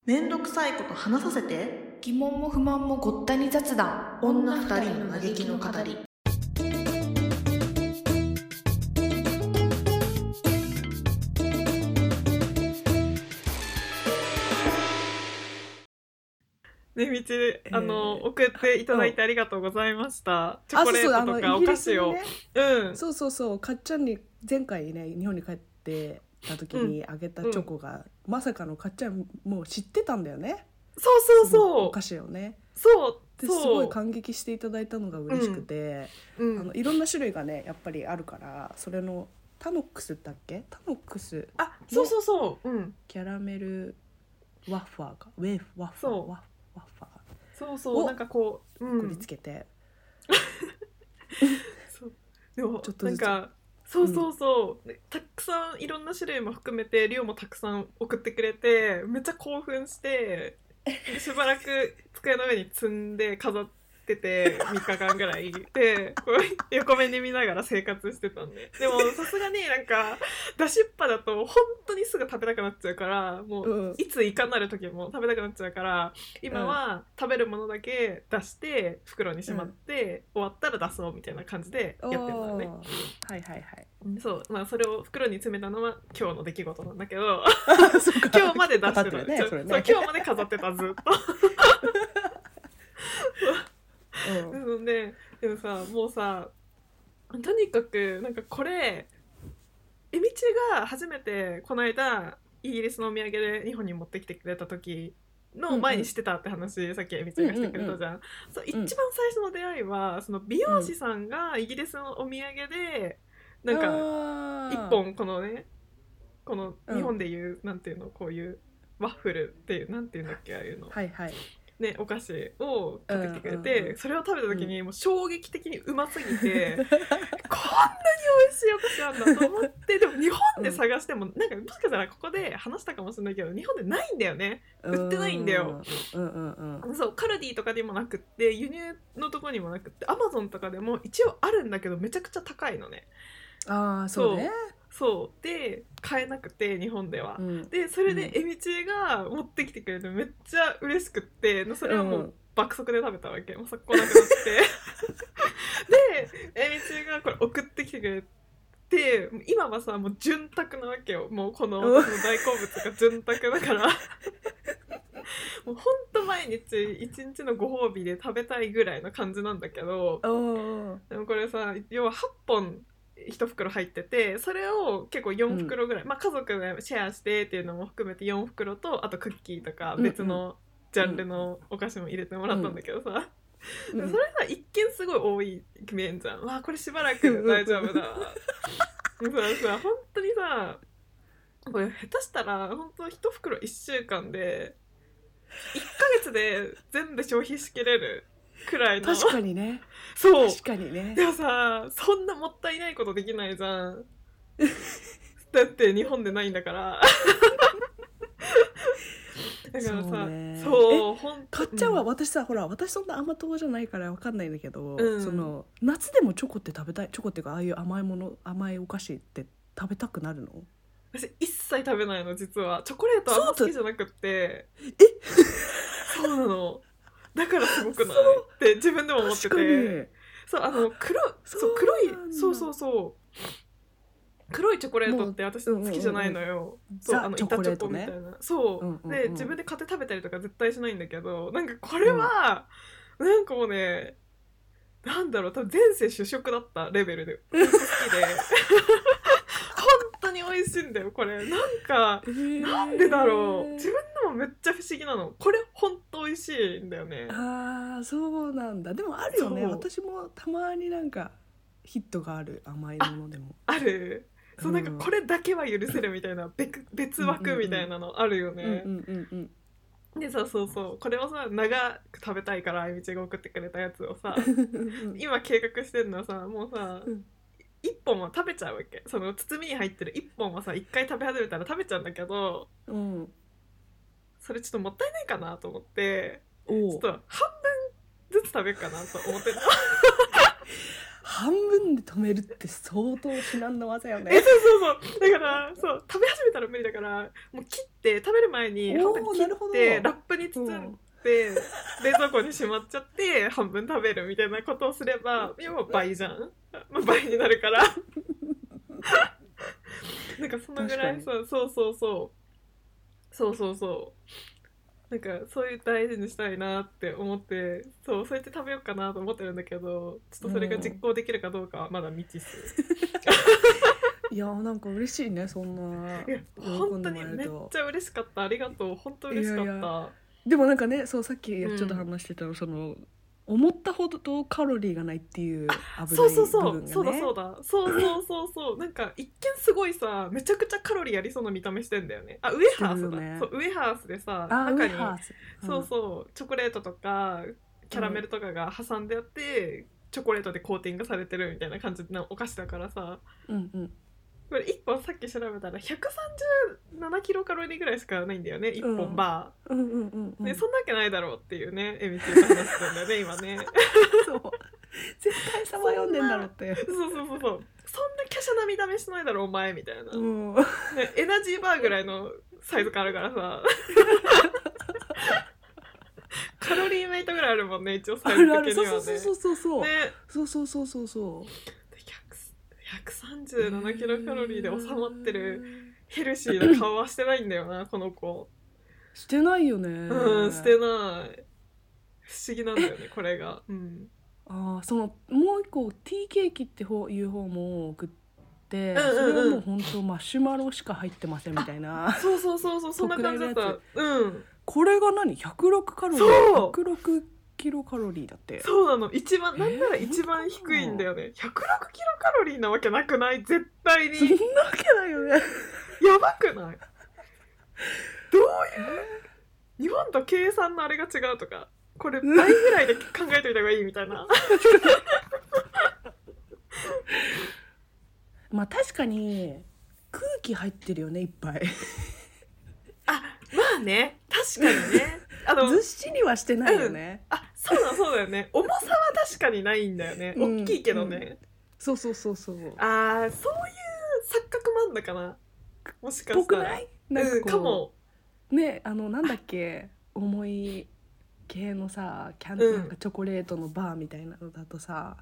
めんどくさいこと話させて。 疑問も不満もごったに雑談。 女二人の嘆きの語り。ね、みち、送っていただいてありがとうございました。チョコレートとかお菓子を。 そうかっちゃんに前回ね日本に帰ってた時にあげたチョコが、まさかのかっちゃんもう知ってたんだよね。 そうお菓子をね。 そうですごい感激していただいたのが嬉しくて、いろんな種類がねやっぱりあるから、それのタノックスだっけ、タノックスそう、 キャラメルワッファーかワッファーそうなんかこう、 送りつけて、 そうでもちょっとずつなんかたくさんいろんな種類も含めて量もたくさん送ってくれて、めっちゃ興奮してしばらく机の上に積んで飾ってて3日間ぐらいでこう横目に見ながら生活してたんで、でもさすがになんか出しっぱだと本当にすぐ食べたくなっちゃうから、もういついかなる時も食べたくなっちゃうから、今は食べるものだけ出して袋にしまって、終わったら出そうみたいな感じでやってるんだね。 はいそう、まあそれを袋に詰めたのは今日の出来事なんだけど今日まで出してた、 ねそう今日まで飾ってたずっとでもさ、もうさ、とにかくなんかこれえみちが初めてこの間イギリスのお土産で日本に持ってきてくれた時の前にしてたって話、さっきえみちがしてくれたじゃん。そう、一番最初の出会いはその美容師さんがイギリスのお土産でなんか一本このね、この日本でいうなんていうの、こういうワッフルっていうなんていうんだっけ、ああいうの、ね、お菓子を買ってきてくれて、それを食べた時にもう衝撃的にうますぎて、こんなに美味しいお菓子なんだと思って、でも日本で探してもなんかもしかしたらここで話したかもしれないけど日本でないんだよね。売ってないんだよ。そうカルディとかにもなくって、輸入のとこにもなくって、アマゾンとかでも一応あるんだけどめちゃくちゃ高いのね。そうで買えなくて日本では、でそれでえみちが持ってきてくれてめっちゃ嬉しくって、それはもう爆速で食べたわけ、もう速攻なくなってでえみちがこれ送ってきてくれて、今はさもう潤沢なわけよ、もうこの私の大好物が潤沢だからもうほんと毎日1日のご褒美で食べたいぐらいの感じなんだけど、でもこれさ要は8本1袋入ってて、それを結構4袋ぐらい、まあ家族でシェアしてっていうのも含めて4袋と、あとクッキーとか別のジャンルのお菓子も入れてもらったんだけどさ、それさ一見すごい多い見えんじゃん。わあこれしばらく大丈夫だでもさ本当にさ、これ下手したら本当1袋1週間で1ヶ月で全部消費しきれるくらいの。 確かにね。 そう確かにね。 でもさ、そんなもったいないことできないじゃんだって日本でないんだからだからさ、そうかっちゃんは私さ、ほら私そんな甘党じゃないから分かんないんだけど、その夏でもチョコって食べたい、チョコっていうかああいう甘いもの、甘いお菓子って食べたくなるの？ 私一切食べないの、実は。チョコレートあんま好きじゃなくって。そうなの。だからすごくないって自分でも思ってて。そう、黒い黒いチョコレートって私好きじゃないのよ。そう、板チョコみたいな。そうで自分で買って食べたりとか絶対しないんだけど、なんかこれは、なんかもうね、なんだろう、多分前世主食だったレベルで好きで本当に美味しいんだよこれ。なんか、なんでだろう、自分でもめっちゃ不思議なの。これ本当美味しいんだよね。 ああ、そうなんだ。でもあるよね。私もたまになんかヒットがある、甘いものでも。 ある。そう、なんかこれだけは許せるみたいな、別枠みたいなのあるよね。でさ、そうこれをさ長く食べたいからあゆみちが送ってくれたやつをさ今計画してるのはさ、もうさ、1本は食べちゃうわけ。その包みに入ってる1本はさ1回食べ始めたら食べちゃうんだけど、それちょっともったいないかなと思って、ちょっと半分ずつ食べるかなと思ってる半分で止めるって相当至難の技よね。 そうそうそう、だからそう食べ始めたら無理だから、もう切って食べる前に半分切ってラップに包んで、冷蔵庫にしまっちゃって半分食べるみたいなことをすれば要は倍じゃん、まあ、倍になるからなんかそのぐらいそうなんかそういう大事にしたいなって思って、そうやって食べようかなと思ってるんだけど、ちょっとそれが実行できるかどうかはまだ未知数。 いやなんか嬉しいね、そんな。 いや本当にめっちゃ嬉しかった、ありがとう、本当嬉しかった。いやいやでもなんかね、そうさっきちょっと話してたの、その思ったほどカロリーがないっていう危ない部分がね。そうなんか一見すごいさ、めちゃくちゃカロリーありそうな見た目してんだよね。ウエハースだ、ね、そうウエハースでさ、中にそうチョコレートとかキャラメルとかが挟んであって、チョコレートでコーティングされてるみたいな感じのお菓子だからさ、これ1本さっき調べたら137キロカロリーぐらいしかないんだよね、1本バー、でそんなわけないだろうっていうね、エミチーと話してるんだよね今ねそう絶対サバ読んでんだろうってそうそんな華奢な見た目しないだろお前みたいな、ね、エナジーバーぐらいのサイズ感あるからさカロリーメイトぐらいあるもんね、一応サイズ的にはね。そう137キロカロリーで収まってるヘルシーな顔はしてないんだよなこの子。 してないよね。 してない。不思議なんだよねこれが。 そのもう一個ティーケーキっていう方も送って、それはもう本当マシュマロしか入ってませんみたいな。 そうそんな感じだった。 これが何106カロリー、106キロカロリーだって。 そうなの、一番なんなら一番低いんだよね。106キロカロリーなわけなくない？絶対に。 そんなわけないよね。 やばくない？どういう日本と計算のあれが違うとか、これ倍ぐらいで考えといた方がいいみたいなまあ確かに空気入ってるよね、いっぱいまあね、確かにねずっしりはしてないよね、 そうだよね。重さは確かにないんだよね、大きいけどね、 そうそういう錯覚もあんだかな、もしかしたら。 ぽくない？なんかかもね、なんだっけ重い系のさなんかチョコレートのバーみたいなのだとさ、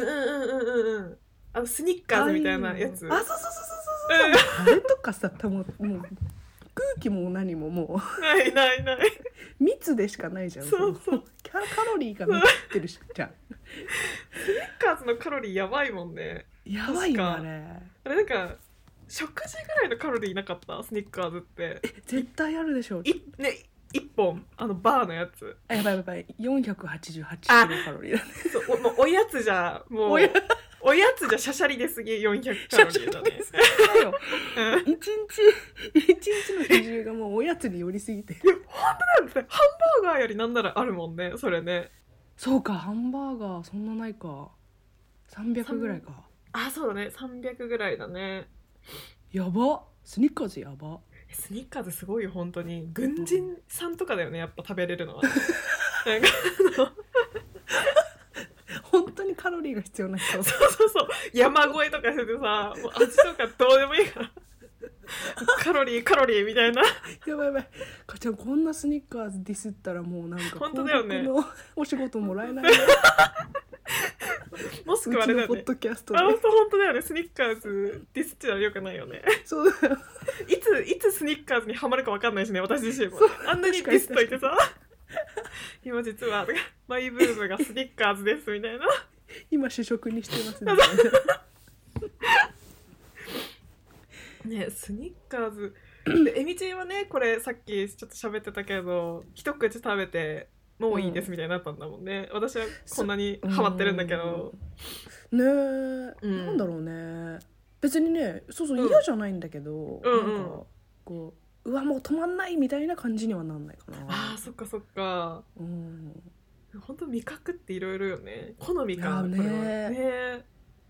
スニッカーズみたいなやつ。 そうあれとかさ、もう空気も何ももうない蜜でしかないじゃん。 そうカロリーが満ってるじゃんスニッカーズのカロリーやばいもんね。 やばいよね。 あれなんか食事ぐらいのカロリーなかった？スニッカーズって絶対あるでしょ。 1本バーのやつ。 やばい488キロカロリーだね。 そうもうおやつじゃもうおやつじゃシャシャリですぎ400カロリーだね。 一日の比重がもうおやつに寄りすぎて。 いや本当なんですね。ハンバーガーよりなんならあるもんね、それね。 そうか、ハンバーガーそんなないか。300ぐらいか。 そうだね、300ぐらいだね。 やば、スニッカーズやば。 スニッカーズすごいよ本当に。軍人さんとかだよね、やっぱ食べれるのは。 本当にカロリーが必要な人。 そう山越えとかしててさ、もう味とかどうでもいいからカロリーみたいな。 やばいかちゃん、こんなスニッカーズディスったらもうなんか本当だよね、 広告のお仕事もらえないねもしくはあれだよね、 ポッドキャストで。 本当だよね、スニッカーズディスっちゃよくないよね。 そうだよ。 いつスニッカーズにハマるか分かんないしね、私自身も、ね、あんなにディスっといてさ今実はマイブームがスニッカーズですみたいな今主食にしてますねね、スニッカーズでエミチーはね、これさっきちょっと喋ってたけど、一口食べてもういいですみたいになったんだもんね。私はこんなにハマってるんだけどねえ、なんだろうね、別にね、嫌じゃないんだけど、なんかこうわもう止まんないみたいな感じにはなんないかな。 そっか本当味覚っていろいろよね、好みかね。 これはね。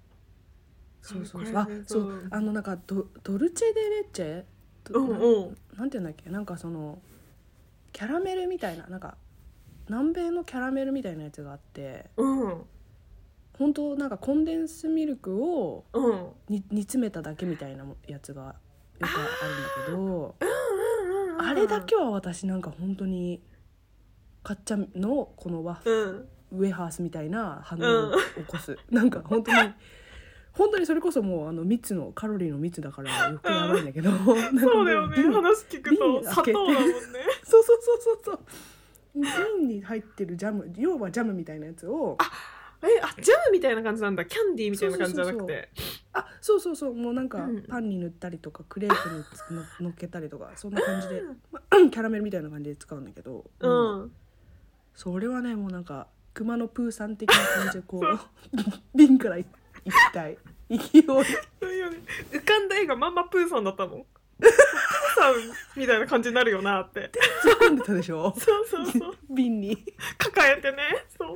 なんかドルチェデレッチェ、なんていうんだっけ、なんかそのキャラメルみたいな、なんか南米のキャラメルみたいなやつがあって、 本当なんかコンデンスミルクを煮詰めただけみたいなやつがよくあるんだけど、あれだけは私なんか本当にかっちゃんのこのウェハースみたいな反応を起こす、なんか本当にそれこそもう蜜のカロリーの蜜だから余計やばいんだけど、なんかそうだよね、話聞くと砂糖だもんね。 そう瓶に入ってるジャム、要はジャムみたいなやつをジャムみたいな感じなんだ、キャンディーみたいな感じじゃなくて、 そうもうなんかパンに塗ったりとかクレープに乗っけたりとかそんな感じでキャラメルみたいな感じで使うんだけど、それはねもうなんか熊野プーさん的な感じでこう瓶からいきたい勢い浮かんだ絵がまんまプーさんだったもん。プーさんみたいな感じになるよなって突っ込んでたでしょ。 そう瓶に抱えてね。そう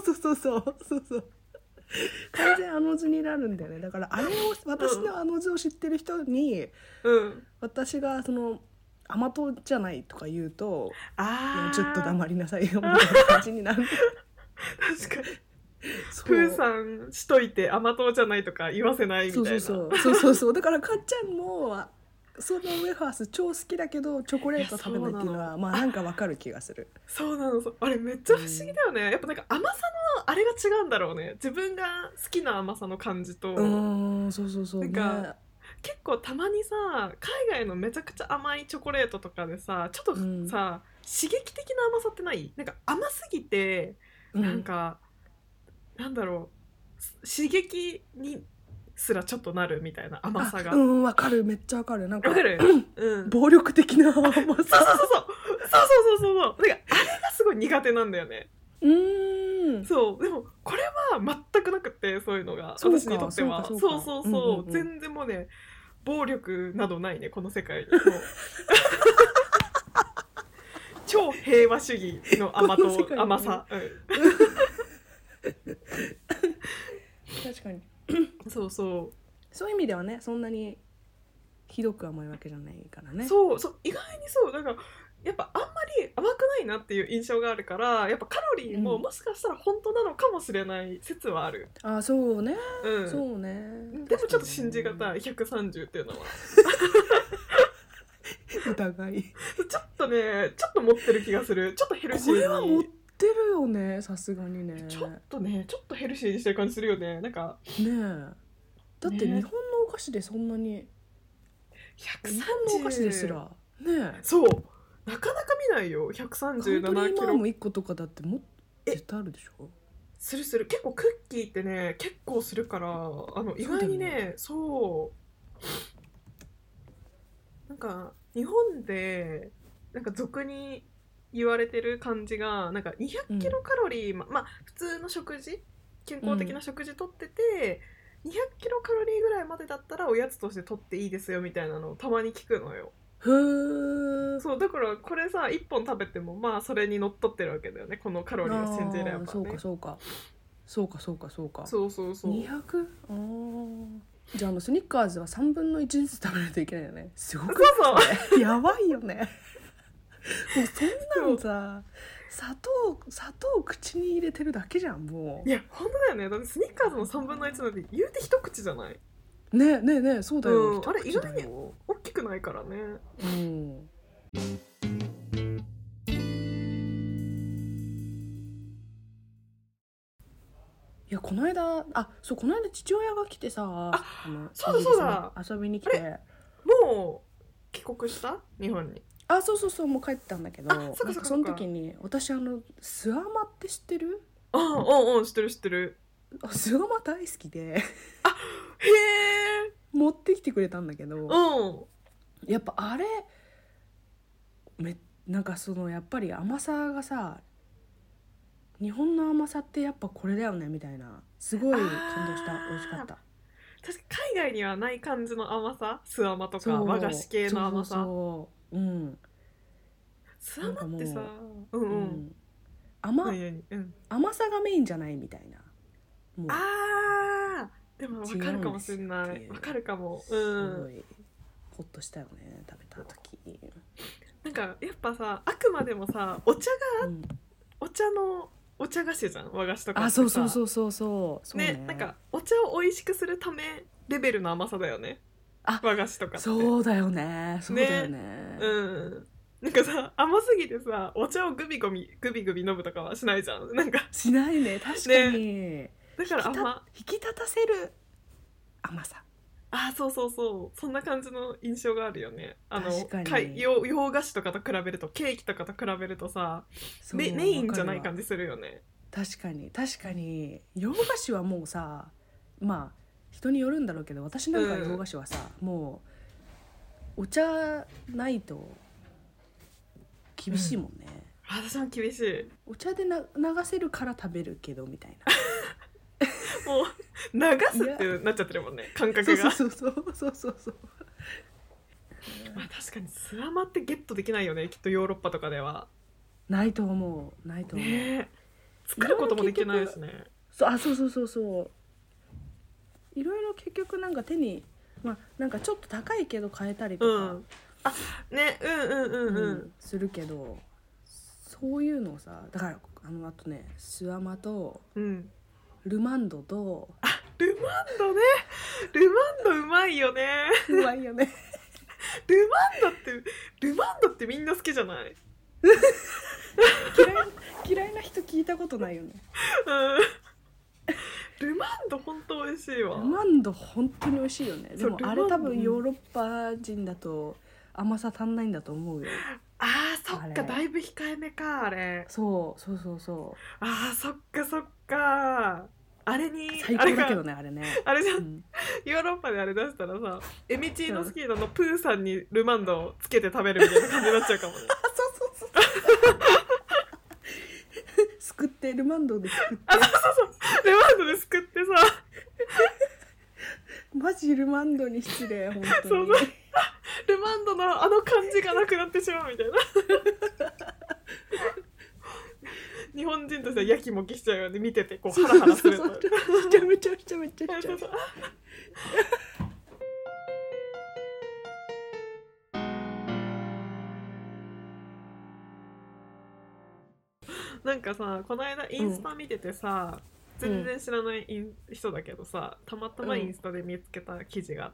完全あの字になるんだよね。だからあれを私のあの字を知ってる人に、私がその甘党じゃないとか言うとちょっと黙りなさいよみたいな感じになる。 確かにプーさんしといて甘党じゃないとか言わせないみたいな。 そうだからかっちゃんもそのウェハース超好きだけどチョコレート食べないっていうのはまあなんかわかる気がする。 そうなの、あれめっちゃ不思議だよね、やっぱなんか甘さのあれが違うんだろうね、自分が好きな甘さの感じと。 そうなんか、結構たまにさ海外のめちゃくちゃ甘いチョコレートとかでさちょっとさ、刺激的な甘さってない？なんか甘すぎてなんか、なんだろう、刺激にすらちょっとなるみたいな甘さが。 わかる、めっちゃわかる。なんかわかる、 暴力的な甘さ。そうなんかあれがすごい苦手なんだよね。そうでもこれは全くなくて、そういうのが私にとってはそう全然もうね暴力などないねこの世界に。超平和主義の甘さ、 確かにそういう意味ではね、そんなにひどく甘いわけじゃないからね。 そう意外にそうだからやっぱあんまり甘くないなっていう印象があるから、やっぱカロリーももしかしたら本当なのかもしれない説はある。 そうね、そうね。 でもちょっと信じがたい130っていうのは疑いちょっと持ってる気がする。ちょっとヘルシーに。 これは持ってるよね、さすがにね。 ちょっとヘルシーにしてる感じするよね。なんかねえ、だって日本のお菓子でそんなに 130、 日本のお菓子ですらね、 そうなかなか見ないよ137キロ。カントリーマーム1個とかだっても絶対あるでしょ。 する結構クッキーってね結構するから、意外にね、なんか日本でなんか俗に言われてる感じがなんか200キロカロリー、まあ普通の食事、健康的な食事とってて、200キロカロリーぐらいまでだったらおやつとしてとっていいですよみたいなのをたまに聞くのよ。そうだからこれさ1本食べてもまあそれにのっとってるわけだよね、このカロリーを信じればね。 そうかそう200？じゃあスニッカーズは3分の1ずつ食べないといけないよね。すごくそうやばいよね。もうそんなのさ、砂糖を口に入れてるだけじゃんもう。 いや本当だよね。だってスニッカーズの3分の1なんて言うて一口じゃない？ ねそうだよ、 あれ意外に大きくないからね。 いやこの間父親が来てさ、 そうだ遊びに来て。 もう帰国した日本に？ そうもう帰ったんだけど、その時に私スアマって知ってる？ 知ってる。 スアマ大好きでへえ持ってきてくれたんだけど、やっぱあれなんかやっぱり甘さがさ、日本の甘さってやっぱこれだよねみたいな、すごい感動した。美味しかった。 確か海外にはない感じの甘さ、スアマとか和菓子系の甘さ。スアマってさ、 甘さがメインじゃないみたいな。 でも分かるかもしれない。分かるかも。 すごいホッとしたよね、食べた時。 なんかやっぱさ、あくまでもさお茶のお茶菓子じゃん、和菓子とかってさ。 そうそうそうそうそうね、なんかお茶を美味しくするためレベルの甘さだよね、和菓子とかって。 そうだよね、そうだよね。 なんかさ、甘すぎてさ、お茶をグビグビ飲むとかはしないじゃん。なんかしないね、確かに、 ね、だから引き立たせる甘さ。 そうそうそう、そんな感じの印象があるよね。 確かに洋菓子とかと比べると、ケーキとかと比べるとさ、メインじゃない感じするよね。 確かに洋菓子はもうさ、まあ人によるんだろうけど、私なんか洋菓子はさ、もうお茶ないと厳しいもんね、 私も厳しい。 お茶で流せるから食べるけどみたいなもう流すってなっちゃってるもんね、感覚が。 そうまあ確かにスワマってゲットできないよね、きっとヨーロッパとかでは。 ないと思うね、作ることもできないしね。 そういろいろ結局なんか手に、まあなんかちょっと高いけど買えたりとか、 ね、 するけど、そういうのをさ、だからあとね、スワマと、ルマンドと、 ルマンドね、ルマンドうまいよね。 うまいよね。 ルマンドってみんな好きじゃない？ 嫌いな人聞いたことないよね。 ルマンド本当美味しいわ。 ルマンド本当に美味しいよね。でもあれ多分ヨーロッパ人だと甘さ足んないんだと思うよ。 そっか、だいぶ控えめか、あれ。 そうそっか。あれに最高だけどね、あれね。 あれじゃん、ヨーロッパであれ出したらさ、エミチーノスキードのプーさんにルマンドをつけて食べるみたいな感じになっちゃうかもね。 そうすくってルマンドで、すくってルマンドですくってさ、 マジルマンドに失礼、本当に。 そうルマンドのあの感じがなくなってしまうみたいな。日本人としてはやきもきしちゃうよね、見ててこうハラハラすると。 めちゃめちゃなんかさ、この間インスタ見ててさ、全然知らない人だけどさ、たまたまインスタで見つけた記事があって、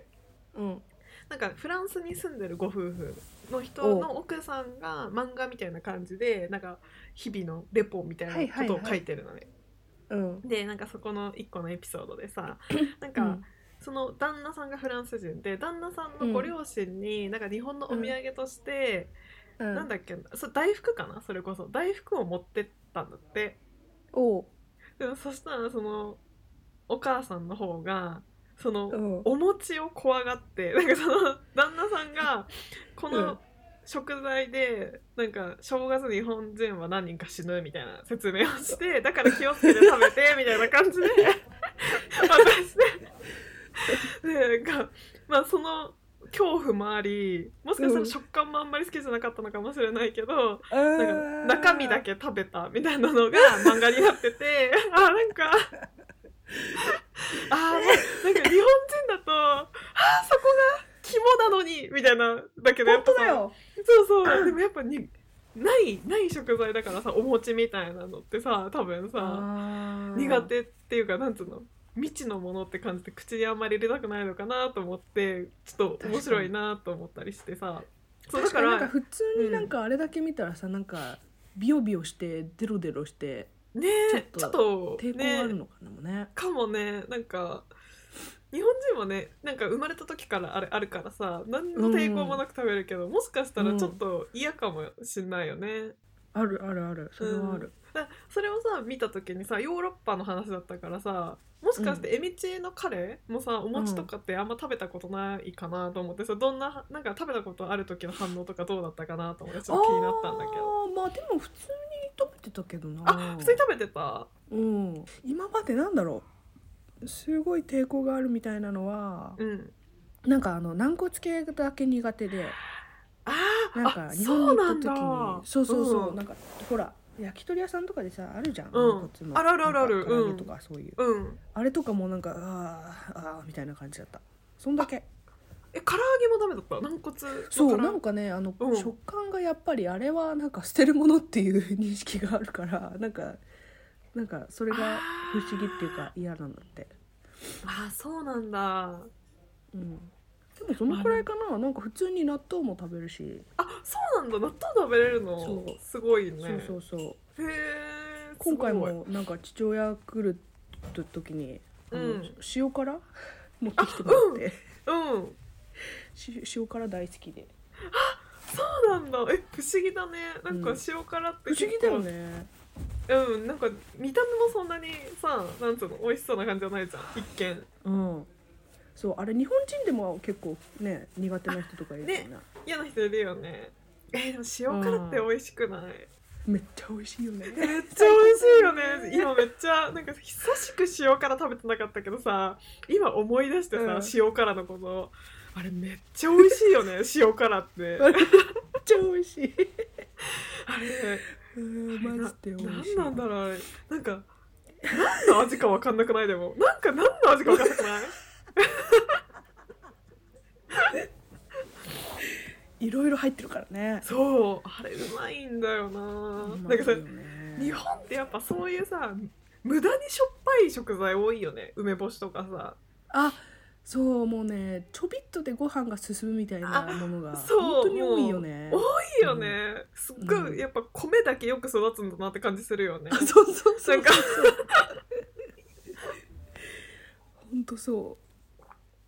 なんかフランスに住んでるご夫婦の人の奥さんが漫画みたいな感じで、なんか日々のレポみたいなことを書いてるのね。でなんかそこの一個のエピソードでさ、なんか、その旦那さんがフランス人で、旦那さんのご両親になんか日本のお土産として、なんだっけ、大福かな、それこそ大福を持ってったんだって。でもそしたらそのお母さんの方がそのお餅を怖がって、なんかその旦那さんがこの食材でなんか正月日本人は何人か死ぬみたいな説明をして、だから気をつけて食べてみたいな感じで渡してで、なんかまあその恐怖もあり、もしかしたら食感もあんまり好きじゃなかったのかもしれないけど、なんか中身だけ食べたみたいなのが漫画になってて、なんかなんか日本人だとそこが肝なのにみたいな、だけどやっぱそうでもやっぱにない食材だからさ、お餅みたいなのってさ、多分さ苦手っていうか、なんつうの、未知のものって感じで口にあんまり入れたくないのかなと思って、ちょっと面白いなと思ったりしてさ。 そうだからなんか普通になんかあれだけ見たらさ、なんかビヨビヨしてデロデロしてね、ちょっと抵抗あるのかもね。 かもね。なんか日本人はね、なんか生まれた時からあるからさ、何の抵抗もなく食べるけど、もしかしたらちょっと嫌かもしんないよね。 あるそれはある。 それをさ見た時にさ、ヨーロッパの話だったからさ、もしかしてエミチの彼もさ、お餅とかってあんま食べたことないかなと思ってさ、どんな、なんか食べたことある時の反応とかどうだったかなと思ってちょっと気になったんだけど。 まあでも普通に食べてたけどな。 普通に食べてた。 今までなんだろう、すごい抵抗があるみたいなのは、なんか軟骨系だけ苦手で、なんか日本に行った時にそうなんかほら焼き鳥屋さんとかでさあるじゃん、 ある唐揚げとかそういう、あれとかもなんかみたいな感じだった。そんだけ。 唐揚げもダメだった？軟骨？ そう、なんかね食感がやっぱりあれはなんか捨てるものっていう認識があるから、なんかなんかそれが不思議っていうか嫌なんだって。 あ、そうなんだ。 うん。でもそのくらいかな。なんか普通に納豆も食べるし。 あ、そうなんだ。納豆食べれるの。そう、すごいね。 そう。へえ。 今回もなんか父親来る時に、塩辛持ってきてもらって。塩辛大好きで。 あ、そうなんだ。不思議だね。なんか塩辛って不思議だよね。 なんか見た目もそんなにさ、なんつうの、美味しそうな感じじゃないじゃん、一見。そう、あれ日本人でも結構ね苦手な人とかいるよね。 嫌な人いるよね。でも塩辛って美味しくない？ めっちゃ美味しいよね。 めっちゃ美味しいよね。今めっちゃなんか久しく塩辛食べてなかったけどさ、今思い出してさ、塩辛のこと、あれめっちゃ美味しいよね。塩辛ってめっちゃ美味しい。 あれマジで美味しい。 なんだろう、あれなんか何の味か分かんなくない？でもなんか何の味か分かんなくない？ いろいろ入ってるからね。 そう、あれうまいんだよな。なんかさ、日本ってやっぱそういうさ、無駄にしょっぱい食材多いよね。梅干しとかさ。 あ、そう、もうね、ちょびっとでご飯が進むみたいなものが本当に多いよね。 多いよね。すっごいやっぱ米だけよく育つんだなって感じするよね。 そうなんか本当そう。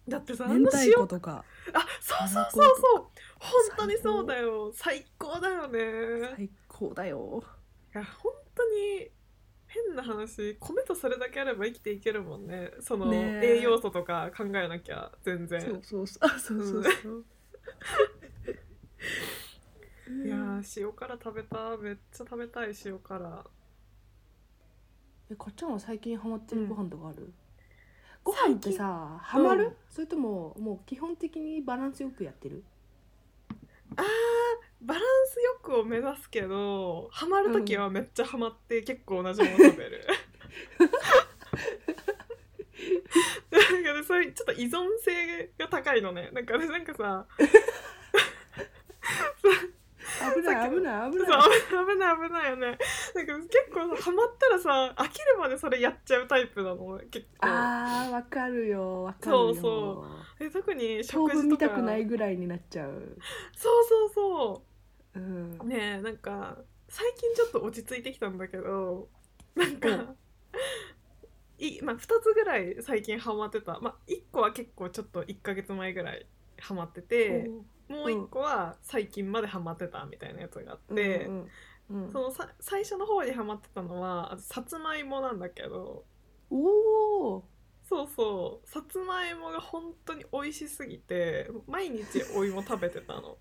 だってさ、 明太子とか。 そう本当にそうだよ。最高だよね。 最高だよ。 いや本当に変な話、米とそれだけあれば生きていけるもんね。その栄養素とか考えなきゃ全然。そう。いや塩辛食べた。めっちゃ食べたい塩辛。 かっちゃんは最近ハマってるご飯とかある？ご飯ってさ、ハマる？それとももう基本的にバランスよくやってる？ バランスよくを目指すけど、ハマるときはめっちゃハマって結構同じもの食べる。なんかそういうちょっと依存性が高いのね。なんかさ危ないよね。なんか結構ハマったらさ、飽きるまでそれやっちゃうタイプなの結構。 わかるよ。 そう特に食事とか見たくないぐらいになっちゃう。 そう、ねえ、なんか最近ちょっと落ち着いてきたんだけど、なんか2つぐらい最近ハマってた。1個は結構ちょっと1ヶ月前ぐらいハマってて、もう1個は最近までハマってたみたいなやつがあって、その最初の方にハマってたのはさつまいもなんだけど、そうさつまいもが本当に美味しすぎて毎日お芋食べてたの。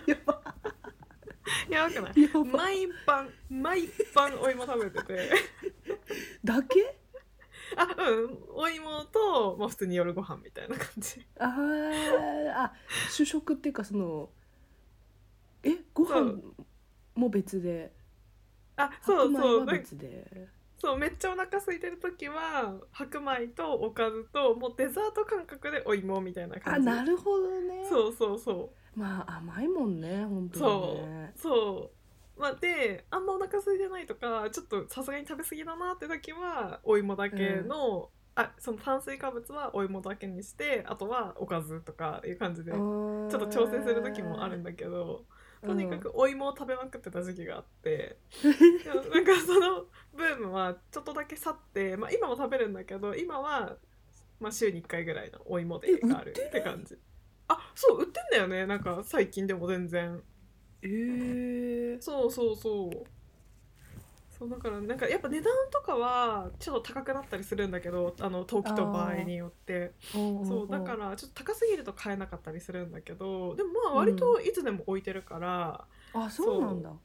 やばくない？毎晩お芋食べててだけ？ お芋と、普通に夜ご飯みたいな感じ。 主食っていうか、そのご飯も別で、 そうは別で。 そうめっちゃお腹空いてる時は白米とおかずともうデザート感覚でお芋みたいな感じ。 なるほどね。 そう甘いもんね、本当にね。 であんまお腹空いてないとか、ちょっとさすがに食べ過ぎだなって時はお芋だけの、その炭水化物はお芋だけにして、あとはおかずとかいう感じでちょっと調整する時もあるんだけど、とにかくお芋を食べまくってた時期があってなんかそのブームはちょっとだけ去って、今も食べるんだけど、今は、週に1回ぐらいのお芋デーがあるって感じ。そう売ってんだよね。なんか最近でも全然。そうだからなんかやっぱ値段とかはちょっと高くなったりするんだけど、陶器と場合によって。そうだからちょっと高すぎると買えなかったりするんだけど、でも割といつでも置いてるから、 そうなんだ。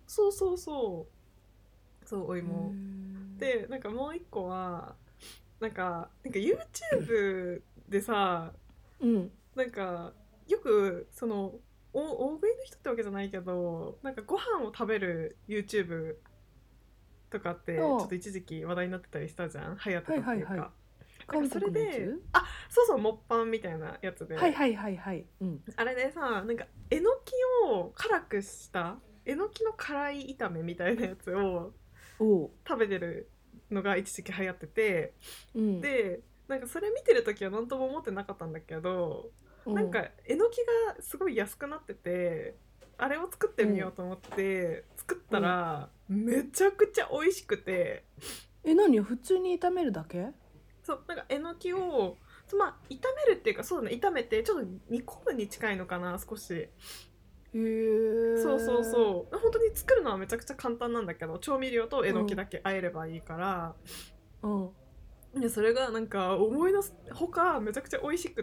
そうお芋で、なんかもう一個はなんか YouTube でさ、なんかよくその大食いの人ってわけじゃないけど、なんかご飯を食べる YouTube とかってちょっと一時期話題になってたりしたじゃん。流行ってたっていうか。それでそうモッパンみたいなやつで、あれでさ、なんかえのきを辛くしたえのきの辛い炒めみたいなやつを食べてるのが一時期流行ってて、 うん、 でなんかそれ見てる時は何とも思ってなかったんだけど、なんかえのきがすごい安くなってて、あれを作ってみようと思って作ったらめちゃくちゃ美味しくて、 何普通に炒めるだけ？ そうなんかえのきをまあ炒めるっていうか、そうだね、炒めてちょっと煮込むに近いのかな少し。へえ。 そうそうそう、本当に作るのはめちゃくちゃ簡単なんだけど、調味料とえのきだけ和えればいいから、でそれがなんか思いのほかめちゃくちゃ美味しくって、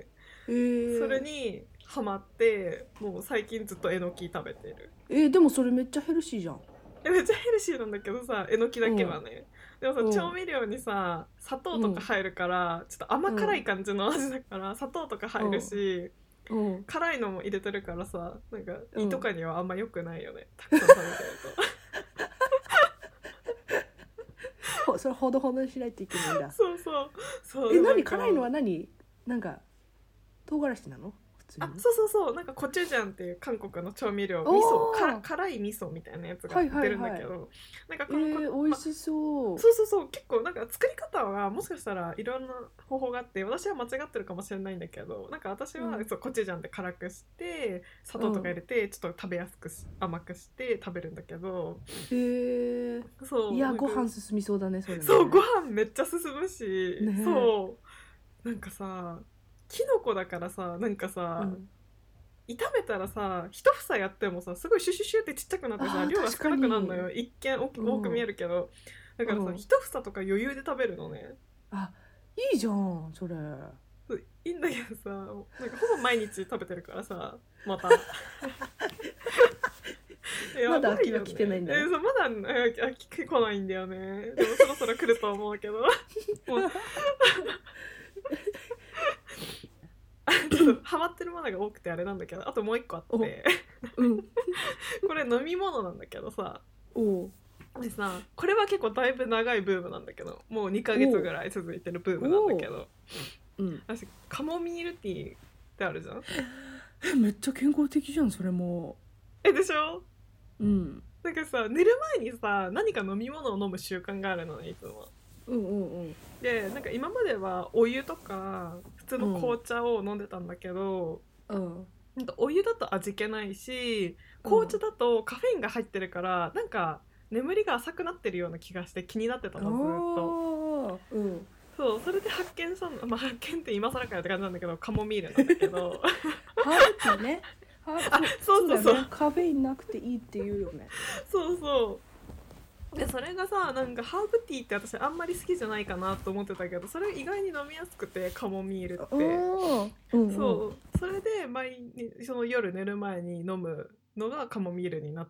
それにハマってもう最近ずっとえのき食べてる。 でもそれめっちゃヘルシーじゃん。 めっちゃヘルシーなんだけどさ、えのきだけはね、でもさ、調味料にさ砂糖とか入るから、ちょっと甘辛い感じの味だから、砂糖とか入るし、辛いのも入れてるからさ、なんか胃とかにはあんま良くないよね、たくさん食べてるとそれほどほどにしないといけないんだ。 そう何辛いのは何？なんか唐辛子なの？普通に。 そうなんかコチュジャンっていう韓国の調味料、味噌、辛い味噌みたいなやつが売ってるんだけど、なんかこの美味しそう。 そう結構なんか作り方はもしかしたらいろんな方法があって、私は間違ってるかもしれないんだけど、なんか私はそうコチュジャンで辛くして砂糖とか入れてちょっと食べやすく甘くして食べるんだけど、 そういやご飯進みそうだねそれね。 そうご飯めっちゃ進むし、そうなんかさキノコだからさ、なんかさ、炒めたらさ一房やってもさすごいシュシュシュってちっちゃくなってさ、量が少なくなるのよ。一見多く見えるけど、だからさ、一房とか余裕で食べるのね。 いいじゃんそれ。 いいんだけどさ、なんかほぼ毎日食べてるからさ、またまだ秋は来てないんだよ。 まだ秋来ないんだよね。でもそろそろ来ると思うけどもうちょっとハマってるものが多くてあれなんだけど、あともう一個あってこれ飲み物なんだけどさ、でさ、これは結構だいぶ長いブームなんだけど、もう2ヶ月ぐらい続いてるブームなんだけど、私カモミールティーってあるじゃん。 めっちゃ健康的じゃんそれも。 でしょ。なんかさ、寝る前にさ何か飲み物を飲む習慣があるのね、いつも。でなんか今まではお湯とか普通の紅茶を飲んでたんだけど、なんかお湯だと味気ないし、紅茶だとカフェインが入ってるから、なんか眠りが浅くなってるような気がして気になってたの、ずっと。そうそれで発見したの、発見って今更かよって感じなんだけど、カモミールなんだけどハーブティーね。そうカフェインなくていいって言うよね。 でそれがさ、なんかハーブティーって私あんまり好きじゃないかなと思ってたけど、それ意外に飲みやすくて、カモミールって。それでその夜寝る前に飲むのがカモミールになって、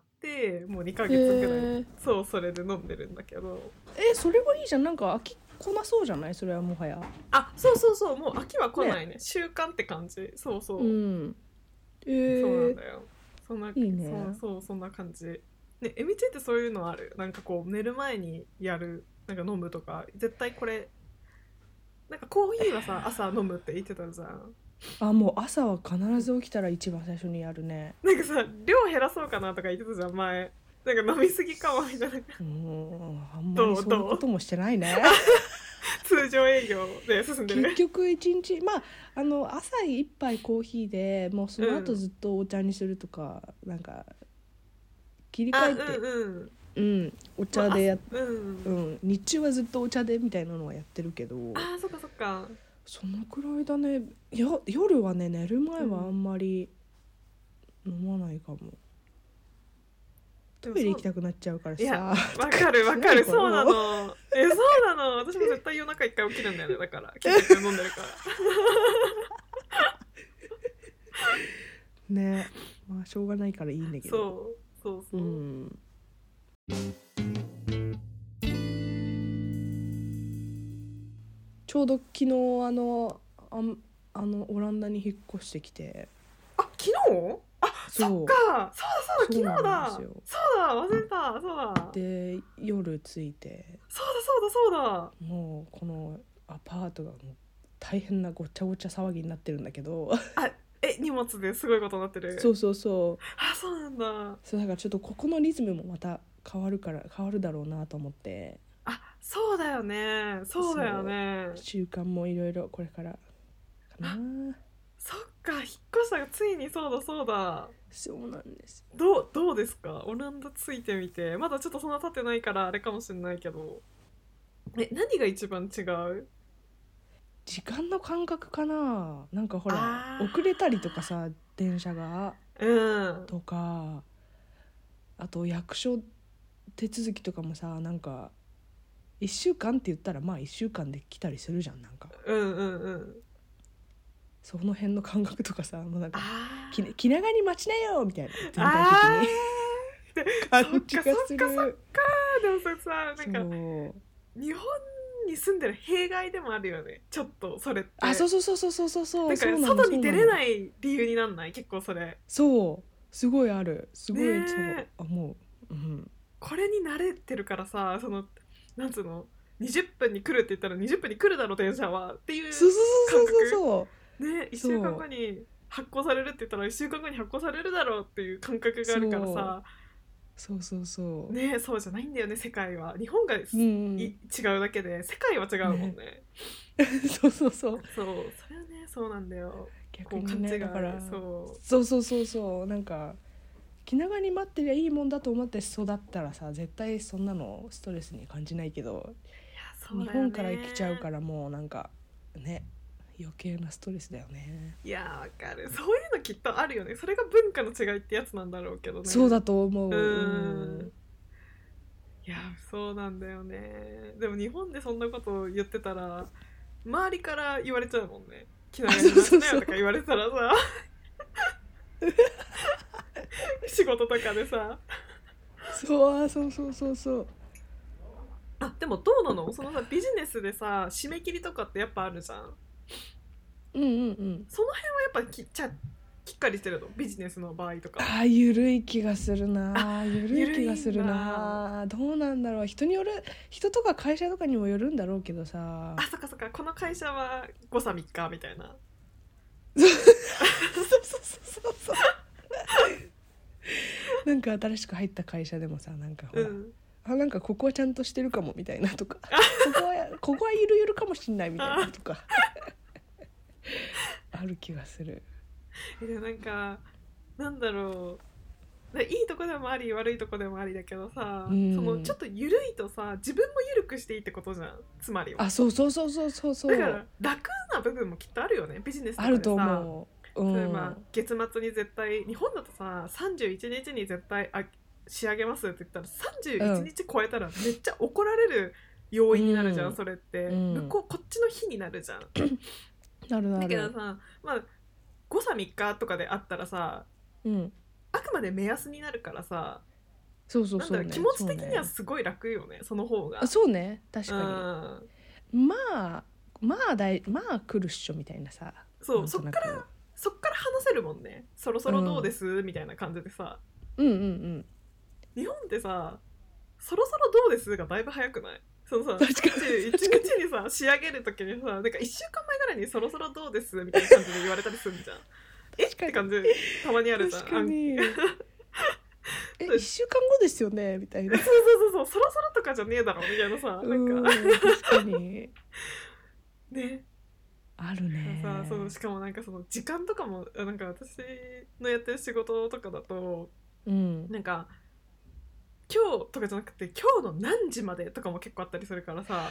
もう2ヶ月ぐらいそれで飲んでるんだけど。 それはいいじゃん。なんか飽きこなそうじゃない？それはもはや。 そうもう飽きは来ないね。習慣って感じ。そうなんだよ。いいね。そんな感じ。ね、えみちってそういうのある？なんかこう寝る前にやる、なんか飲むとか、絶対これなんかコーヒーはさ朝飲むって言ってたじゃん。 もう朝は必ず起きたら一番最初にやるね。 なんかさ、量減らそうかなとか言ってたじゃん前。なんか飲みすぎかもみたいな。 あんまりそういうこともしてないね通常営業で進んでる。 結局一日朝一杯コーヒーでもうその後ずっとお茶にするとか、なんか切り替えて、お茶でやっ、日中はずっとお茶でみたいなのはやってるけど。 そっかそっか。 そのくらいだね。夜はね、寝る前はあんまり飲まないかも。トイレ行きたくなっちゃうからさ。 わかるそうなの。そうなの。私も絶対夜中一回起きるんだよね。だから結局飲んでるからね。しょうがないからいいんだけど。 そう、 ちょうど昨日オランダに引っ越してきて。 昨日？そっか。そうだ昨日だ。そうだ忘れた。そうだ。 で夜着いて。 そうだ。 もうこのアパートがもう大変なごちゃごちゃ騒ぎになってるんだけど。 荷物ですごいことになってる。 そうそうなんだ。 だからちょっとここのリズムもまた変わるだろうなと思って。 そうだよねそうだよね。 習慣もいろいろこれからかな。 そっか、引っ越したがついに。そうだそうだ。 そうなんです。 どうですか、オランダついてみて。まだちょっとそんな経ってないからあれかもしれないけど、何が一番違う？ 時間の感覚かな。なんかほら遅れたりとかさ、電車が、とか、あと役所手続きとかもさ、なんか1週間って言ったらまあ1週間で来たりするじゃん。なんかその辺の感覚とかさ、もうなんか気長に待ちなよみたいな、全体的に感じがする。 そっかでもさなんか日本に住んでる弊害でもあるよね、ちょっとそれって。 そうだから外に出れない理由になんない？結構それそうすごいある。すごい、そう思う、 これに慣れてるからさ、そのなんつうの、20分に来るって言ったら20分に来るだろ電車はっていう感覚。そうね、1週間後に発行されるって言ったら1週間後に発行されるだろうっていう感覚があるからさ。 そうね、そうじゃないんだよね、世界は。日本が、違うだけで世界は違うもんね。 そうそれはね、そうなんだよ。 逆にね、だからそうなんか気長に待ってりゃいいもんだと思って育ったらさ、絶対そんなのストレスに感じないけど、日本から来ちゃうからもうなんかね、余計なストレスだよね。 いやわかる、そういうのきっとあるよね。それが文化の違いってやつなんだろうけどね。 そうだと思う。 いやそうなんだよね。でも日本でそんなこと言ってたら周りから言われちゃうもんね。気長に待ちなよとか言われたらさ仕事とかでさ。 そうでもどうなの、そのさビジネスでさ締め切りとかってやっぱあるじゃん。その辺はやっぱきっかりしてるの、ビジネスの場合とか。 緩い気がするな。どうなんだろう、人による、人とか会社とかにもよるんだろうけどさ。 そっかこの会社は誤差3日みたいな。 そうなんか新しく入った会社でもさ、なんかほら、なんかここはちゃんとしてるかもみたいなとかここはゆるかもしんないみたいなとかある気がする。 なんかなんだろう、いいとこでもあり悪いとこでもありだけどさ、そのちょっとゆるいとさ自分もゆるくしていいってことじゃん、つまりは。 そうだから楽な部分もきっとあるよね、ビジネスとかでさ。あると思う。例えば月末に絶対、日本だとさ31日に絶対仕上げますって言ったら31日超えたらめっちゃ怒られる要因になるじゃん、それって、こっちの日になるじゃん。だけどさ、誤差3日とかであったらさ、あくまで目安になるからさ、気持ち的にはすごい楽よね、その方が。 そうね、確かに。まあ来るっしょみたいなさ。 そっから話せるもんね。そろそろどうです、みたいな感じでさ。日本ってさ、そろそろどうですがだいぶ早くない？そのさ、31日にさ仕上げるときにさ、なんか1週間前ぐらいにそろそろどうですみたいな感じで言われたりするじゃん。って感じたまにあるじゃん。1 週間後ですよねみたいな。 そうそろそろとかじゃねえだろみたいなさ、なんか確かにね、 あるね。 しかもなんかその時間とかも、なんか私のやってる仕事とかだと、なんか今日とかじゃなくて今日の何時までとかも結構あったりするからさ。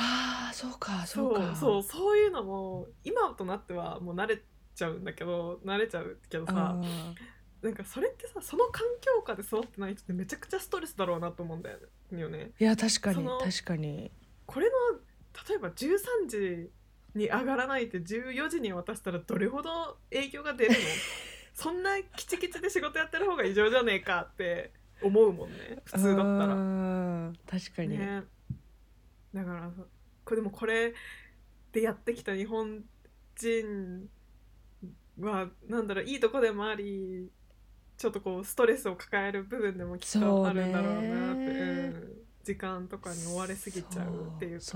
そういうのも今となってはもう慣れちゃうけどさ、なんかそれってさ、その環境下で育ってない人ってめちゃくちゃストレスだろうなと思うんだよね。 いや確かにこれの例えば13時に上がらないって14時に渡したらどれほど影響が出るのそんなキチキチで仕事やってる方が異常じゃねえかって思うもんね、普通だったら。 確かに、 ね、だからでもこれでやってきた日本人はなんだろう、いいとこでもあり、ちょっとこうストレスを抱える部分でもきっとあるんだろうなって、時間とかに追われすぎちゃうっていうか。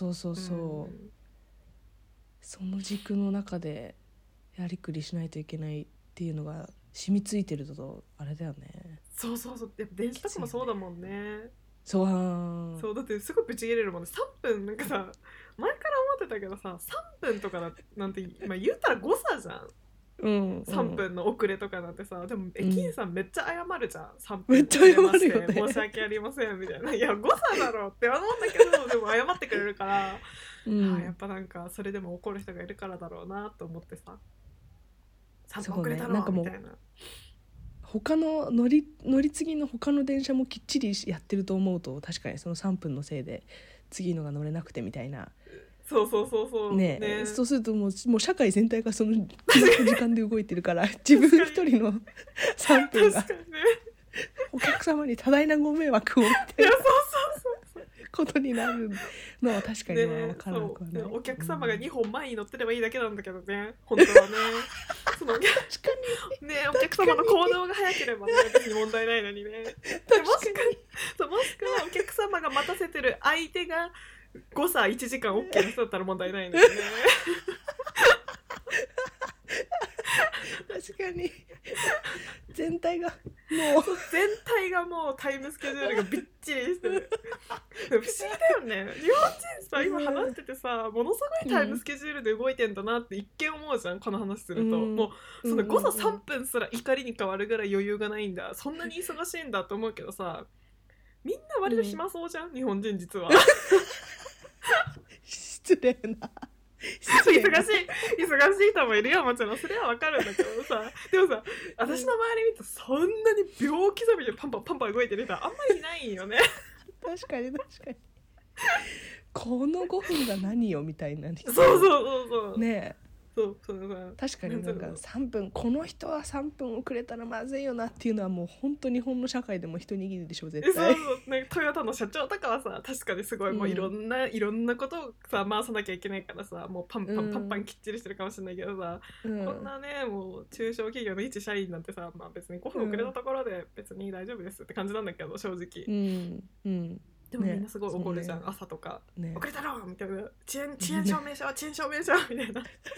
その軸の中でやりくりしないといけないっていうのが染みついてるとあれだよね。 やっぱ電車とかもそうだもんね。 そうだってすごいブチ切れるもんね。3分なんかさ、前から思ってたけどさ、3分とかなんて、まあ、言ったら誤差じゃん。3分の遅れとかなんてさ、でも駅員さんめっちゃ謝るじゃん。3分めっちゃ謝るよね。 申し訳ありませんみたいな。いや誤差だろって思うんだけど、でも謝ってくれるから、やっぱなんかそれでも怒る人がいるからだろうなと思ってさ、3分遅れたろみたいな。 他の乗り継ぎの他の電車もきっちりやってると思うと、確かにその3分のせいで次のが乗れなくてみたいな。 そうね。そうするともう社会全体がその時間で動いてるから自分一人の3分がお客様に多大なご迷惑をみたいなことになるのは確かに分からなくはない。 お客様が2本前に乗ってればいいだけなんだけどね、本当はね。その確かにね、お客様の行動が早ければね、別に問題ないのにね。もしくはお客様が待たせてる相手が誤差1時間 OK の人だったら問題ないのよね。 確かに全体がもうタイムスケジュールがびっちりしてる。不思議だよね。日本人さ、今話しててさ、ものすごいタイムスケジュールで動いてんだなって一見思うじゃん、この話すると。もうその誤差3分すら怒りに変わるぐらい余裕がないんだ、そんなに忙しいんだと思うけどさ、みんな割と暇そうじゃん、日本人実は。 失礼な。 忙しい人もいるよ、もちろんそれはわかるんだけどさ、でもさ、私の周り見るとそんなに秒刻みでパンパン動いてる人はあんまりいないよね。 確かにこの5分が何よみたいな。 そうねえ、 そう確かになんか3分、この人は3分遅れたらまずいよなっていうのはもう本当に日本の社会でも一握りでしょ絶対。 そうね、トヨタの社長とかはさ、確かにすごいもういろんなことをさ回さなきゃいけないからさ、もうパンきっちりしてるかもしれないけどさ、こんなね、もう中小企業の一社員なんてさ、まあ別に5分遅れたところで別に大丈夫ですって感じなんだけど、正直。でもみんなすごい怒るじゃん、ね、朝とか、ね、遅れたろみたいな、遅延証明書みたいな。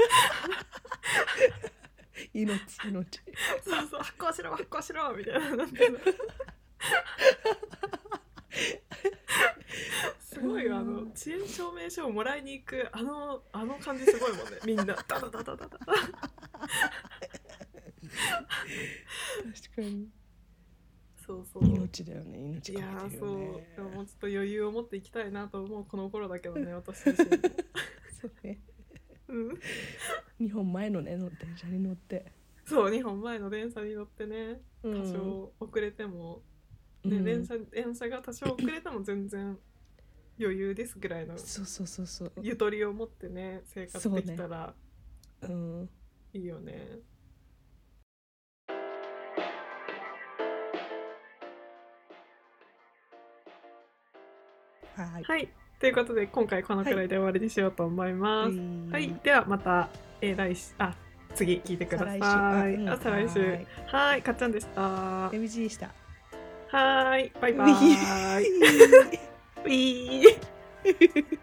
命そう発行しろみたいな。なんてすごい遅延証明書をもらいに行くあの感じすごいもんね、みんなダダダダダダ。確かに。 そう命だよね、命かけてるよね。 いやそう、でももうちょっと余裕を持っていきたいなと思うこの頃だけどね、私自身。 そうね。2本前のね、電車に乗って。 そう、2本前の電車に乗ってね、多少遅れても、ね、電車が多少遅れても全然余裕ですぐらいのゆとりを持ってね、生活できたらいいよね。はい、ということで今回このくらいで終わりにしようと思います。はい、ではまた、次聞いてください。再来週。はい、かっちゃんでした。 MG でした。 はい、バイバイ。ウィー